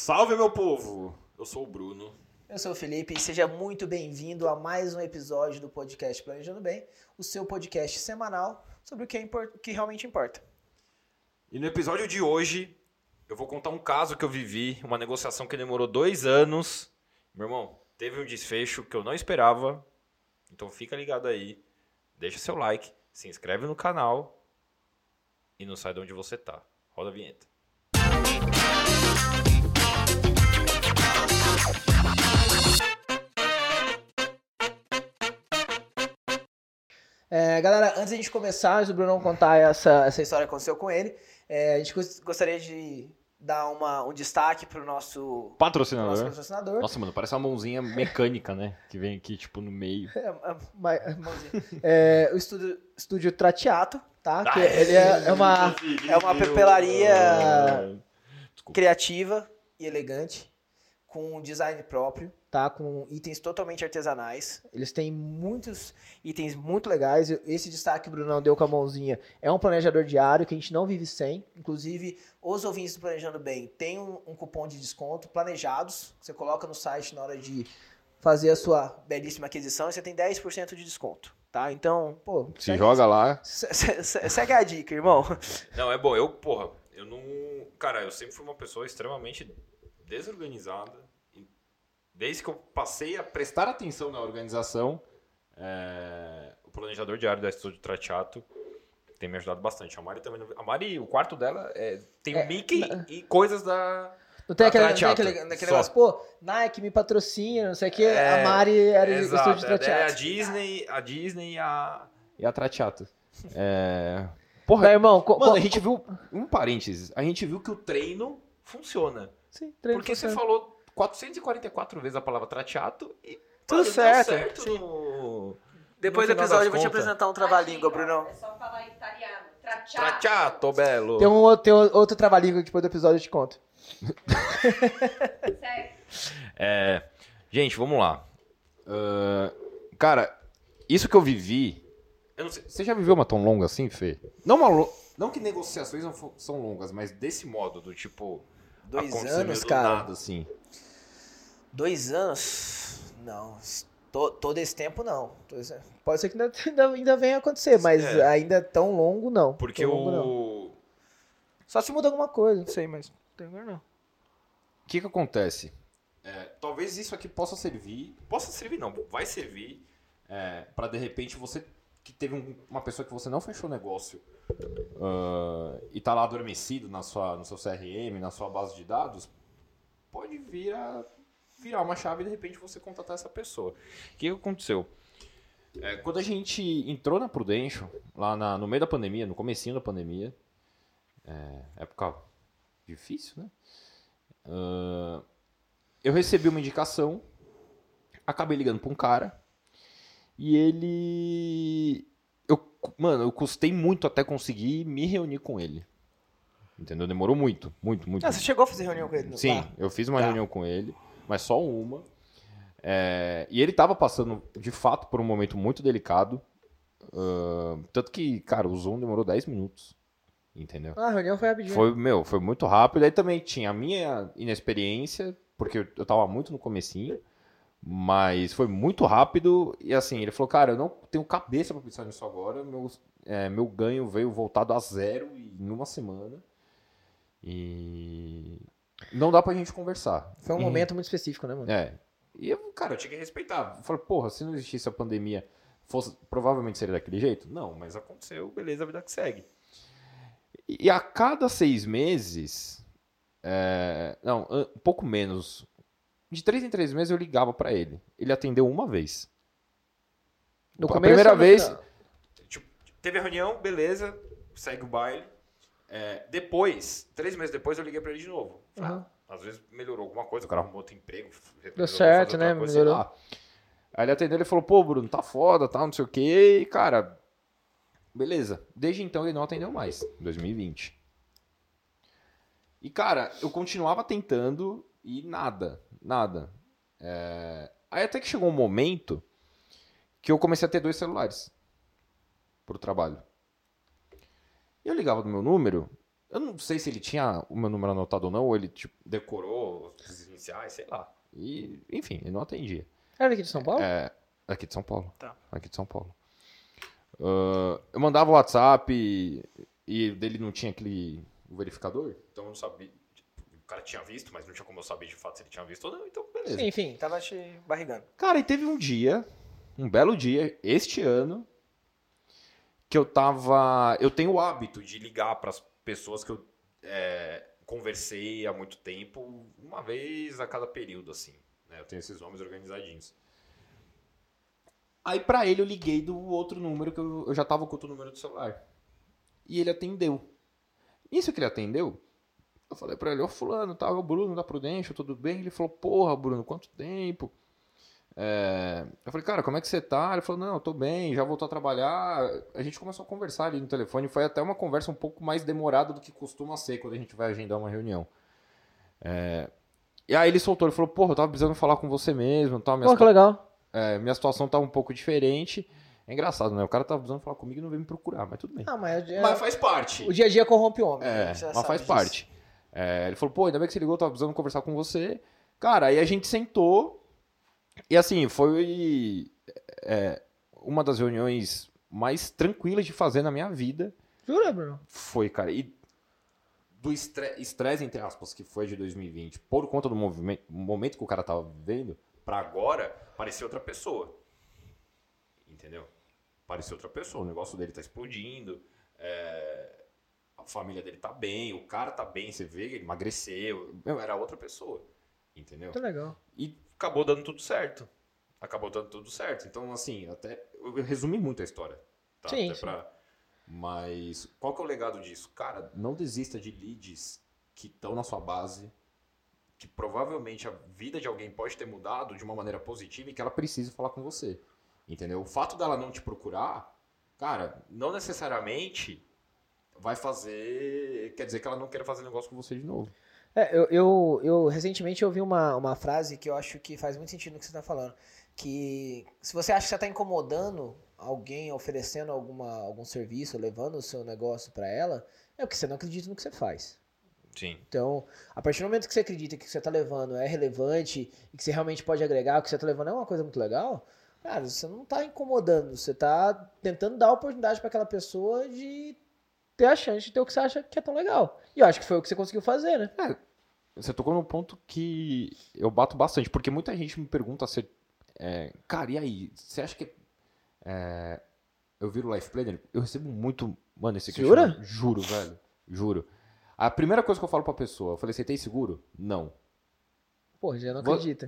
Salve, meu povo! Eu sou o Bruno. Eu sou o Felipe e seja muito bem-vindo a mais um episódio do podcast Planejando Bem, o seu podcast semanal sobre o que realmente importa. E no episódio de hoje, eu vou contar um caso que eu vivi, uma negociação que demorou 2 anos. Meu irmão, teve um desfecho que eu não esperava, então fica ligado aí, deixa seu like, se inscreve no canal e não sai de onde você tá. Roda a vinheta. Galera, antes de a gente começar, o Bruno contar essa história que aconteceu com ele, a gente gostaria de dar um destaque pro nosso patrocinador. Nossa, mano, parece uma mãozinha mecânica, né? Que vem aqui, tipo, no meio. O estúdio Tratiato, tá? Que ele é uma papelaria criativa e elegante, com um design próprio, tá? Com itens totalmente artesanais. Eles têm muitos itens muito legais. Esse destaque que o Brunão deu com a mãozinha é um planejador diário que a gente não vive sem. Inclusive, os ouvintes do Planejando Bem têm um cupom de desconto, planejados. Você coloca no site na hora de fazer a sua belíssima aquisição e você tem 10% de desconto, tá? Então, pô... Joga lá. Segue a dica, irmão. Não, é bom. Eu não... Cara, eu sempre fui uma pessoa extremamente desorganizada. Desde que eu passei a prestar atenção na organização, o planejador diário da Estúdio Tratiato tem me ajudado bastante. A Mari também. A Mari, o quarto dela tem o Mickey e coisas da. Não tem aquele negócio, pô, Nike me patrocina, não sei o que. A Mari era o Estúdio Tratiato. A Disney e a Tratiato. Porra, irmão, mano, a gente viu. Um parênteses, a gente viu que o treino funciona. Sim, treino porque funciona. Você falou 444 vezes a palavra Tratiato e tudo certo. Depois do no final episódio eu das vou te contas. apresentar um trava-língua, Brunão. É só falar italiano. Tratiato, bello. Tem outro trava-língua que depois do episódio eu te conto. Sério. Gente, vamos lá. Cara, isso que eu vivi... Eu não sei, você já viveu uma tão longa assim, Fê? Não que negociações não são longas, mas desse modo, do tipo... 2 anos, cara. Nada, assim. 2 anos? Não. Todo esse tempo, não. Pode ser que ainda venha a acontecer, mas ainda tão longo, não. Porque não. Só se muda alguma coisa, não sei, mas não tem lugar, não. O que acontece? Talvez isso aqui possa servir... não, vai servir para de repente você que teve uma pessoa que você não fechou negócio e tá lá adormecido no seu CRM, na sua base de dados, pode virar uma chave e de repente você contatar essa pessoa. O que aconteceu? Quando a gente entrou na Prudential, lá no meio da pandemia, no comecinho da pandemia, época difícil, né? Eu recebi uma indicação, acabei ligando para um cara e ele... eu custei muito até conseguir me reunir com ele. Entendeu? Demorou muito. Você chegou a fazer reunião com ele? Sim, eu fiz uma reunião com ele, mas só uma. E ele tava passando, de fato, por um momento muito delicado. Tanto que, cara, o Zoom demorou 10 minutos. Entendeu? A reunião foi rapidinho. Foi muito rápido. Aí também tinha a minha inexperiência, porque eu tava muito no comecinho. Mas foi muito rápido. E assim, ele falou, cara, eu não tenho cabeça pra pensar nisso agora. Meu ganho veio voltado a 0 em uma semana. E não dá pra gente conversar. Foi um momento muito específico, né, mano? E eu tinha que respeitar. Eu falei, porra, se não existisse a pandemia, provavelmente seria daquele jeito? Não, mas aconteceu, beleza, a vida que segue. E a cada 6 meses, um pouco menos, de 3 em 3 meses eu ligava pra ele. Ele atendeu uma vez. No a começo, primeira vez, final? teve a reunião, beleza, segue o baile. Depois, 3 meses depois, eu liguei pra ele de novo. Falei, às vezes melhorou alguma coisa, o cara arrumou outro emprego. Deu certo, né? Melhorou. Aí ele atendeu, ele falou, pô, Bruno, tá foda, tal, não sei o quê. E, cara, beleza. Desde então ele não atendeu mais, em 2020. E, cara, eu continuava tentando e nada. Aí até que chegou um momento que eu comecei a ter 2 celulares pro trabalho. Eu ligava do meu número, Eu não sei se ele tinha o meu número anotado ou não, ou ele tipo, decorou os iniciais, sei lá. E, enfim, ele não atendia. Era aqui de São Paulo? É, aqui de São Paulo. Tá. Aqui de São Paulo. Eu mandava o WhatsApp e dele não tinha aquele verificador, então eu não sabia. O cara tinha visto, mas não tinha como eu saber de fato se ele tinha visto ou não, então beleza. Sim, enfim, tava te barrigando. Cara, e teve um dia, um belo dia, este ano, que eu tava. Eu tenho o hábito de ligar para as pessoas que eu conversei há muito tempo, uma vez a cada período, assim. Né? Eu tenho esses nomes organizadinhos. Aí pra ele eu liguei do outro número, que eu já tava com outro número do celular. E ele atendeu. Isso que ele atendeu, eu falei pra ele, ô fulano, tá, é o Bruno da Prudential, tudo bem? Ele falou, porra, Bruno, quanto tempo? Eu falei, cara, como é que você tá? Ele falou, não, eu tô bem, já voltou a trabalhar. A gente começou a conversar ali no telefone, foi até uma conversa um pouco mais demorada do que costuma ser quando a gente vai agendar uma reunião. E aí ele soltou, ele falou, porra, eu tava precisando falar com você mesmo, tá? Pô, que legal. Minha situação tá um pouco diferente. É engraçado, né? O cara tava precisando falar comigo e não veio me procurar, mas tudo bem. Ah, mas faz parte. o dia a dia corrompe o homem. Né? Você já Mas sabe faz disso. parte. Ele falou, pô, ainda bem que você ligou, eu tava precisando conversar com você. Cara, aí a gente sentou e assim, foi uma das reuniões mais tranquilas de fazer na minha vida. Jura, Bruno? Foi, cara. E do estresse, entre aspas, que foi de 2020, por conta do momento que o cara tava vivendo, pra agora, parecia outra pessoa. Entendeu? Parecia outra pessoa. O negócio dele tá explodindo. A família dele tá bem. O cara tá bem. Você vê que ele emagreceu. Meu, era outra pessoa. Entendeu? Muito legal. E acabou dando tudo certo. Então, assim, até eu resumi muito a história. Tá? Sim, Até sim. Mas qual que é o legado disso? Cara, não desista de leads que estão na sua base, que provavelmente a vida de alguém pode ter mudado de uma maneira positiva e que ela precisa falar com você. Entendeu? O fato dela não te procurar, cara, não necessariamente vai fazer... Quer dizer que ela não quer fazer negócio com você de novo. Eu recentemente ouvi uma frase que eu acho que faz muito sentido no que você está falando. Que se você acha que você está incomodando alguém oferecendo algum serviço, levando o seu negócio para ela, é porque você não acredita no que você faz. Sim. Então, a partir do momento que você acredita que o que você está levando é relevante e que você realmente pode agregar, o que você está levando é uma coisa muito legal, cara, você não está incomodando, você está tentando dar oportunidade para aquela pessoa de ter a chance de ter o que você acha que é tão legal. E eu acho que foi o que você conseguiu fazer, né? Você tocou num ponto que eu bato bastante, porque muita gente me pergunta se... cara, e aí? Você acha que... eu viro Life Planner? Eu recebo muito... Mano, esse Jura? questionamento. Juro, velho. Juro. A primeira coisa que eu falo pra pessoa, eu falei, você tem seguro? Não. Pô, já não acredita.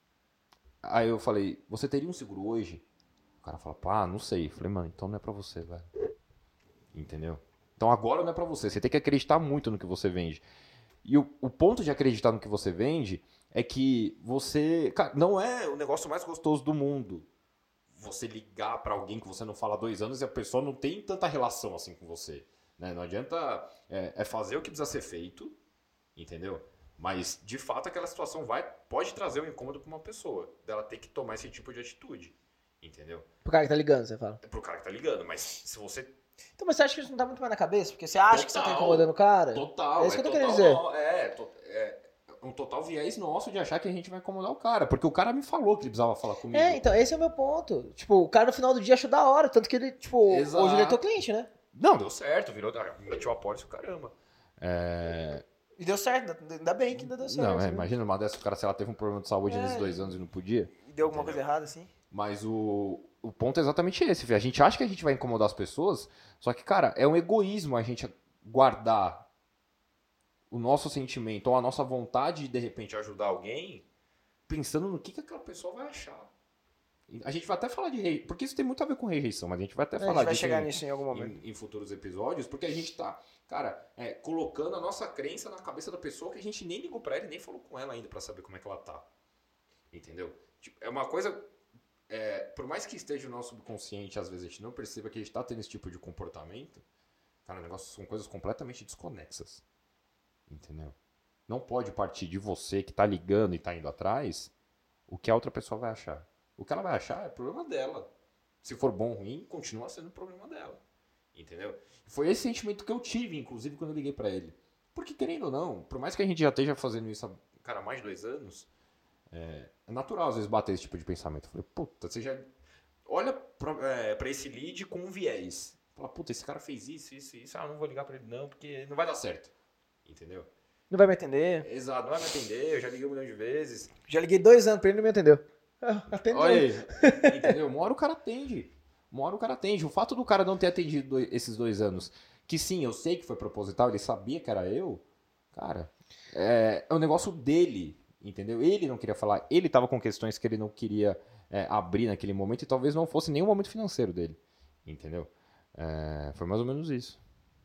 Aí eu falei, você teria um seguro hoje? O cara fala, pá, não sei. Eu falei, mano, então não é pra você, velho. Entendeu? Então agora não é pra você. Você tem que acreditar muito no que você vende. E o ponto de acreditar no que você vende é que você... Cara, não é o negócio mais gostoso do mundo você ligar pra alguém que você não fala há 2 anos e a pessoa não tem tanta relação assim com você. Né? Não adianta fazer o que precisa ser feito, entendeu? Mas, de fato, aquela situação pode trazer um incômodo pra uma pessoa, dela ter que tomar esse tipo de atitude, entendeu? Pro cara que tá ligando, você fala. É pro cara que tá ligando, mas se você... Então, mas você acha que isso não tá muito mais na cabeça? Porque você acha que você tá Total, incomodando o cara? Total. É isso que eu tô querendo dizer. É um total viés nosso de achar que a gente vai incomodar o cara, porque o cara me falou que ele precisava falar comigo. Então, esse é o meu ponto. Tipo, o cara no final do dia achou da hora, tanto que ele, tipo, Exato. hoje ele é teu cliente, né? Não, deu certo, meteu a porta e o caramba. E deu certo, ainda bem que ainda deu certo. Não, viu? imagina uma dessa, o cara, sei lá, teve um problema de saúde nesses 2 anos e não podia. E deu alguma coisa errada, assim? Mas o ponto é exatamente esse, filho. A gente acha que a gente vai incomodar as pessoas, só que, cara, é um egoísmo a gente guardar o nosso sentimento ou a nossa vontade de repente, ajudar alguém, pensando no que aquela pessoa vai achar. A gente vai até falar de rejeição, porque isso tem muito a ver com rejeição, mas a gente vai até falar A gente vai disso chegar nisso em algum momento. em futuros episódios, porque a gente tá, cara, colocando a nossa crença na cabeça da pessoa que a gente nem ligou pra ela e nem falou com ela ainda pra saber como é que ela tá. Entendeu? Tipo, é uma coisa... por mais que esteja no nosso subconsciente, às vezes a gente não perceba que a gente tá tendo esse tipo de comportamento, cara, o negócio são coisas completamente desconexas. Entendeu? Não pode partir de você que tá ligando e tá indo atrás o que a outra pessoa vai achar. O que ela vai achar é problema dela. Se for bom ou ruim, continua sendo problema dela. Entendeu? Foi esse sentimento que eu tive, inclusive, quando eu liguei pra ele. Porque, querendo ou não, por mais que a gente já esteja fazendo isso há mais de 2 anos, é natural às vezes bater esse tipo de pensamento. Eu falei, puta, você já olha pra esse lead com um viés. Fala, puta, esse cara fez isso. Ah, não vou ligar pra ele não, porque não vai dar certo. Entendeu? Não vai me atender. Exato, não vai me atender, eu já liguei 1 milhão de vezes. Já liguei 2 anos pra ele e não me atendeu. Atendeu. Olha aí, entendeu? Uma hora o cara atende. O fato do cara não ter atendido esses 2 anos, que sim, eu sei que foi proposital, ele sabia que era eu, cara, é um negócio dele, entendeu? Ele não queria falar, ele tava com questões que ele não queria abrir naquele momento e talvez não fosse nenhum momento financeiro dele, entendeu? Foi mais ou menos isso.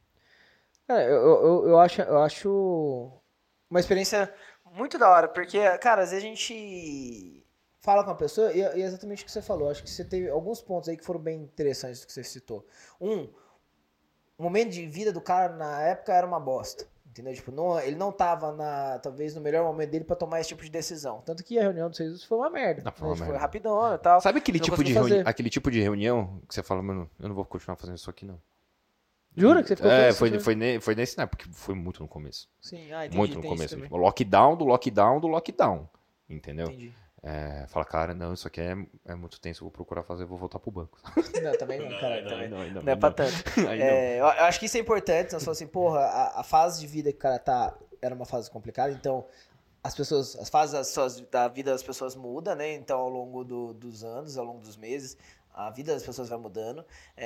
Eu acho uma experiência muito da hora, porque, cara, às vezes a gente fala com a pessoa e é exatamente o que você falou. Acho que você teve alguns pontos aí que foram bem interessantes do que você citou. O momento de vida do cara na época era uma bosta, entendeu? Tipo, ele não tava talvez no melhor momento dele pra tomar esse tipo de decisão. Tanto que a reunião dos seis foi uma merda. Não, foi uma merda. Foi rapidona e tal. Sabe aquele tipo de reunião que você fala, mano, eu não vou continuar fazendo isso aqui não? Jura que você ficou foi nesse, né? Porque foi muito no começo. Sim, entendi. Muito no começo. Tipo, lockdown, entendeu? Entendi. Fala, cara, não, isso aqui é muito tenso, eu vou procurar fazer, eu vou voltar pro banco. Não, também não, cara. Não é pra tanto. Eu acho que isso é importante, nós falamos assim, porra, a fase de vida que o cara tá era uma fase complicada, então as fases da vida das pessoas mudam, né? Então ao longo dos anos, ao longo dos meses, a vida das pessoas vai mudando.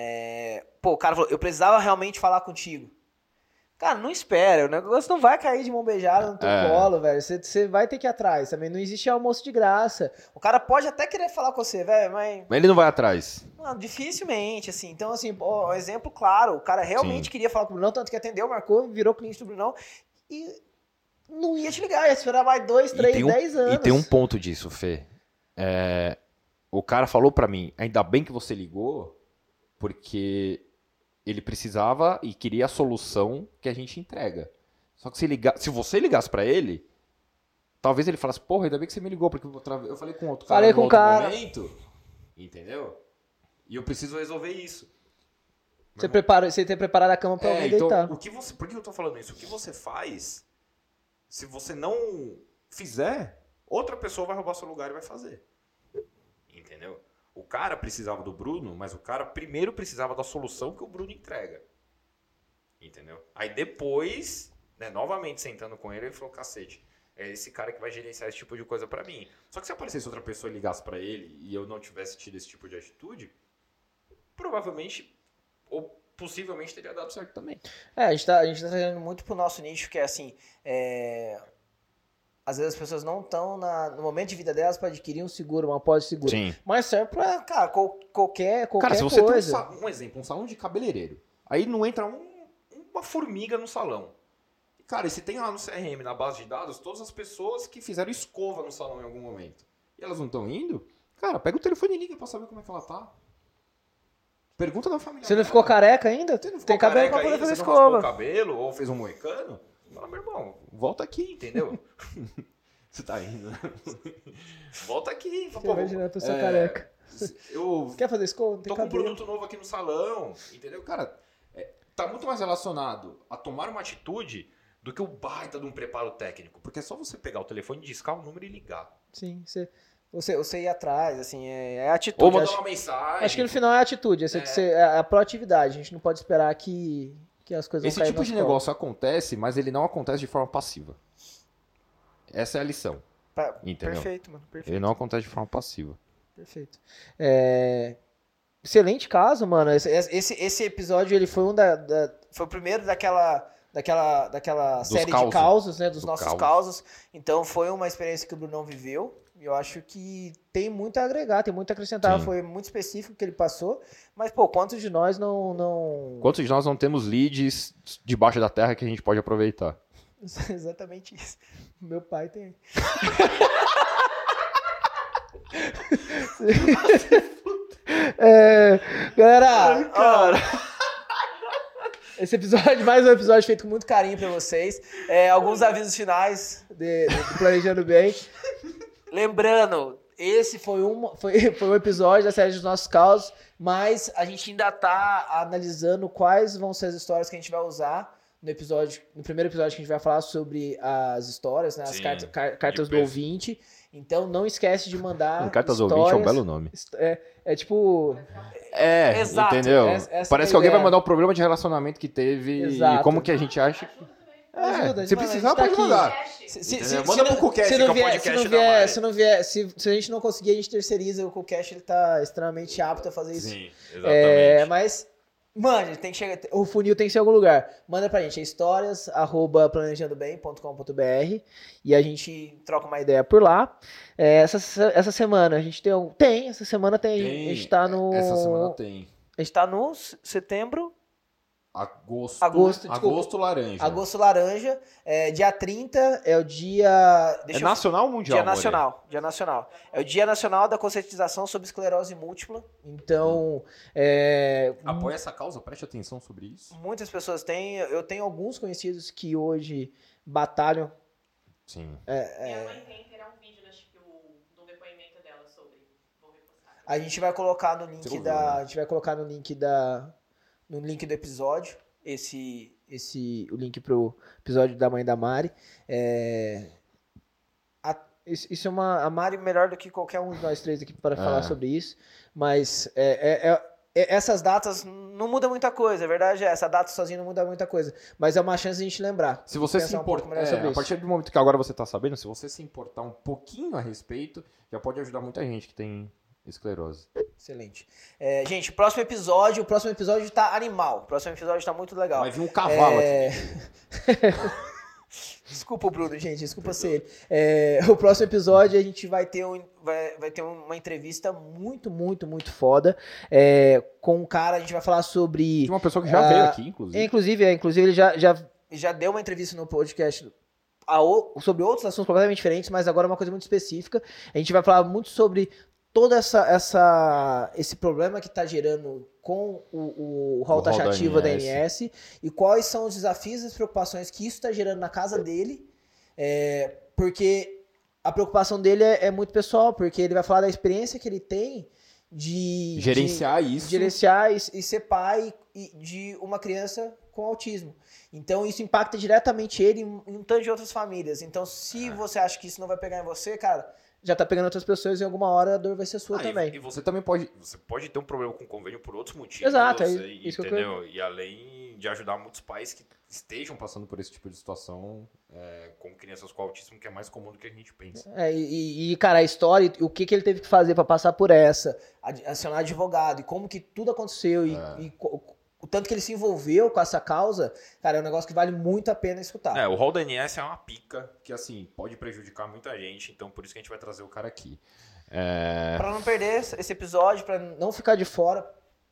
O cara falou, eu precisava realmente falar contigo. Cara, não espera, o negócio não vai cair de mão beijada no teu colo, velho. Você vai ter que ir atrás também. Não existe almoço de graça. O cara pode até querer falar com você, velho, mas ele não vai atrás. Mano, dificilmente, assim. Então, assim, um exemplo claro. O cara realmente queria falar com o Brunão, tanto que atendeu, marcou, virou cliente do Brunão e não ia te ligar. Ia esperar mais 2, 3, 10 anos. E tem um ponto disso, Fê. O cara falou pra mim, ainda bem que você ligou, porque ele precisava e queria a solução que a gente entrega. Só que se você ligasse pra ele, talvez ele falasse, porra, ainda bem que você me ligou, porque eu falei com outro cara no outro momento, entendeu? E eu preciso resolver isso. Você ter preparado a cama pra alguém deitar. Por que eu tô falando isso? O que você faz, se você não fizer, outra pessoa vai roubar seu lugar e vai fazer. Entendeu? O cara precisava do Bruno, mas o cara primeiro precisava da solução que o Bruno entrega. Entendeu? Aí depois, né, novamente sentando com ele, ele falou, cacete, é esse cara que vai gerenciar esse tipo de coisa pra mim. Só que se aparecesse outra pessoa e ligasse pra ele e eu não tivesse tido esse tipo de atitude, provavelmente ou possivelmente teria dado certo também. A gente tá trazendo muito pro nosso nicho, que é assim, às vezes as pessoas não estão no momento de vida delas para adquirir um seguro, uma pólice de seguro. Sim. Mas serve pra, cara, qualquer cara, se você coisa. tem um exemplo, um salão de cabeleireiro, aí não entra uma formiga no salão. Cara, e se tem lá no CRM, na base de dados, todas as pessoas que fizeram escova no salão em algum momento, e elas não estão indo, cara, pega o telefone e liga pra saber como é que ela tá. Pergunta da família. Você não ficou careca ainda? Tem cabelo pra poder fazer escova. Você não raspou o cabelo ou fez um moicano? Fala, meu irmão, volta aqui, entendeu? Você tá indo, né? Volta aqui. Você imagina a pessoa careca. Você quer fazer escova? Não tem tô cabelo. com um produto novo aqui no salão, entendeu? Cara, tá muito mais relacionado a tomar uma atitude do que o baita de um preparo técnico. Porque é só você pegar o telefone, discar o número e ligar. Sim, você ir atrás, assim, é atitude. Ou mandar uma mensagem. Acho que no final é atitude, a proatividade. A gente não pode esperar que as coisas Esse vão cair tipo de negócio acontece, mas ele não acontece de forma passiva. Essa é a lição. Entendeu? Perfeito, mano. Perfeito. Ele não acontece de forma passiva. Perfeito. Excelente caso, mano. Esse episódio ele foi foi o primeiro daquela série de causos, né? Dos nossos causos. Então foi uma experiência que o Brunão viveu. E eu acho que tem muito a agregar, tem muito a acrescentar. Sim. Foi muito específico o que ele passou. Mas, pô, quantos de nós não... Quantos de nós não temos leads debaixo da terra que a gente pode aproveitar? Exatamente isso. Meu pai tem. Galera, cara. Esse episódio, mais um episódio feito com muito carinho pra vocês. Alguns avisos finais do Planejando Bem. Lembrando, esse foi um episódio da série dos nossos causos, mas a gente ainda tá analisando quais vão ser as histórias que a gente vai usar no primeiro episódio que a gente vai falar sobre as histórias, né? As Sim, cartas do ouvinte. Então não esquece de mandar Cartas do histórias. ouvinte é um belo nome. É tipo... Exato. Entendeu? Essa Parece é que a alguém vai ideia. mandar o problema de relacionamento que teve Exato. e como que a gente acha que... Ajuda, se mano, precisar, a gente tá pode aqui. mandar. Manda pro Coolcast, que é o podcast da Mari. Se a gente não conseguir, a gente terceiriza. O Coolcast, ele tá extremamente apto a fazer isso. Sim, exatamente. Mas, mano, tem que chegar, o funil tem que ser em algum lugar. Manda pra gente, é histórias@planejandobem.com.br e a gente troca uma ideia por lá. Essa semana a gente tem. Essa semana tem. A gente tá no... Essa semana tem. A gente tá no setembro... Agosto laranja. Agosto laranja. Dia 30 é o dia... Nacional ou mundial? Dia nacional. É o Dia Nacional da Conscientização sobre Esclerose Múltipla. Então... Apoia essa causa, preste atenção sobre isso. Muitas pessoas têm. Eu tenho alguns conhecidos que hoje batalham. Sim. Minha mãe tem, terá um vídeo do depoimento dela sobre. Vou repostar. A gente vai colocar no link ouviu, da... né? A gente vai colocar no link no link do episódio, o link pro episódio da mãe da Mari. Isso é a Mari melhor do que qualquer um de nós três aqui para falar sobre isso, mas essas datas não muda muita coisa, a verdade é, essa data sozinha não muda muita coisa, mas é uma chance de a gente lembrar. Se você se pensar um pouco importar, melhor sobre a isso. partir do momento que agora você tá sabendo, se você se importar um pouquinho a respeito, já pode ajudar muita gente que tem esclerose. Excelente. Gente, o próximo episódio tá animal. O próximo episódio tá muito legal. Vai vir um cavalo aqui. Desculpa o Bruno, gente. Desculpa ser ele. O próximo episódio a gente vai ter uma entrevista muito, muito, muito foda com um cara. A gente vai falar sobre... De uma pessoa que já veio aqui, inclusive. Inclusive ele já deu uma entrevista no podcast sobre outros assuntos completamente diferentes, mas agora é uma coisa muito específica. A gente vai falar muito sobre todo esse problema que está gerando com o rol taxativo da ANS e quais são os desafios e as preocupações que isso está gerando na casa dele, porque a preocupação dele é muito pessoal, porque ele vai falar da experiência que ele tem de gerenciar isso. Gerenciar e ser pai de uma criança com autismo. Então isso impacta diretamente ele em um tanto de outras famílias. Então se você acha que isso não vai pegar em você, cara... já tá pegando outras pessoas e em alguma hora a dor vai ser sua também. E você também pode ter um problema com o convênio por outros motivos. Exato, isso entendeu? E além de ajudar muitos pais que estejam passando por esse tipo de situação com crianças com autismo, que é mais comum do que a gente pensa. Cara, a história, o que ele teve que fazer para passar por essa, acionar advogado, e como que tudo aconteceu, e o tanto que ele se envolveu com essa causa, cara, é um negócio que vale muito a pena escutar. O rol da ANS é uma pica que, assim, pode prejudicar muita gente, então por isso que a gente vai trazer o cara aqui. Pra não perder esse episódio, pra não ficar de fora,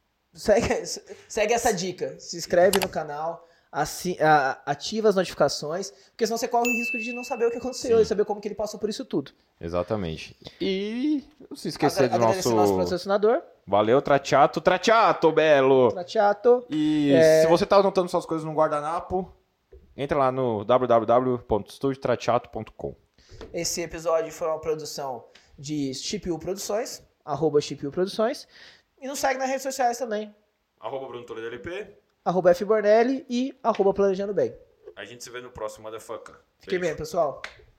segue essa dica. Se inscreve no canal, ativa as notificações, porque senão você corre o risco de não saber o que aconteceu e saber como que ele passou por isso tudo. Exatamente. E não se esquecer do nosso patrocinador. Valeu, Tracciato, Belo! Tracciato. E se você tá anotando suas coisas no guardanapo, entra lá no www.studiotracciato.com. Esse episódio foi uma produção de Chipiu Produções, @Chipiu Produções. E nos segue nas redes sociais também. @Bruno Toledo LP. @FBornelli e @Planejando Bem. A gente se vê no próximo, motherfucker. Fiquem bem, pessoal.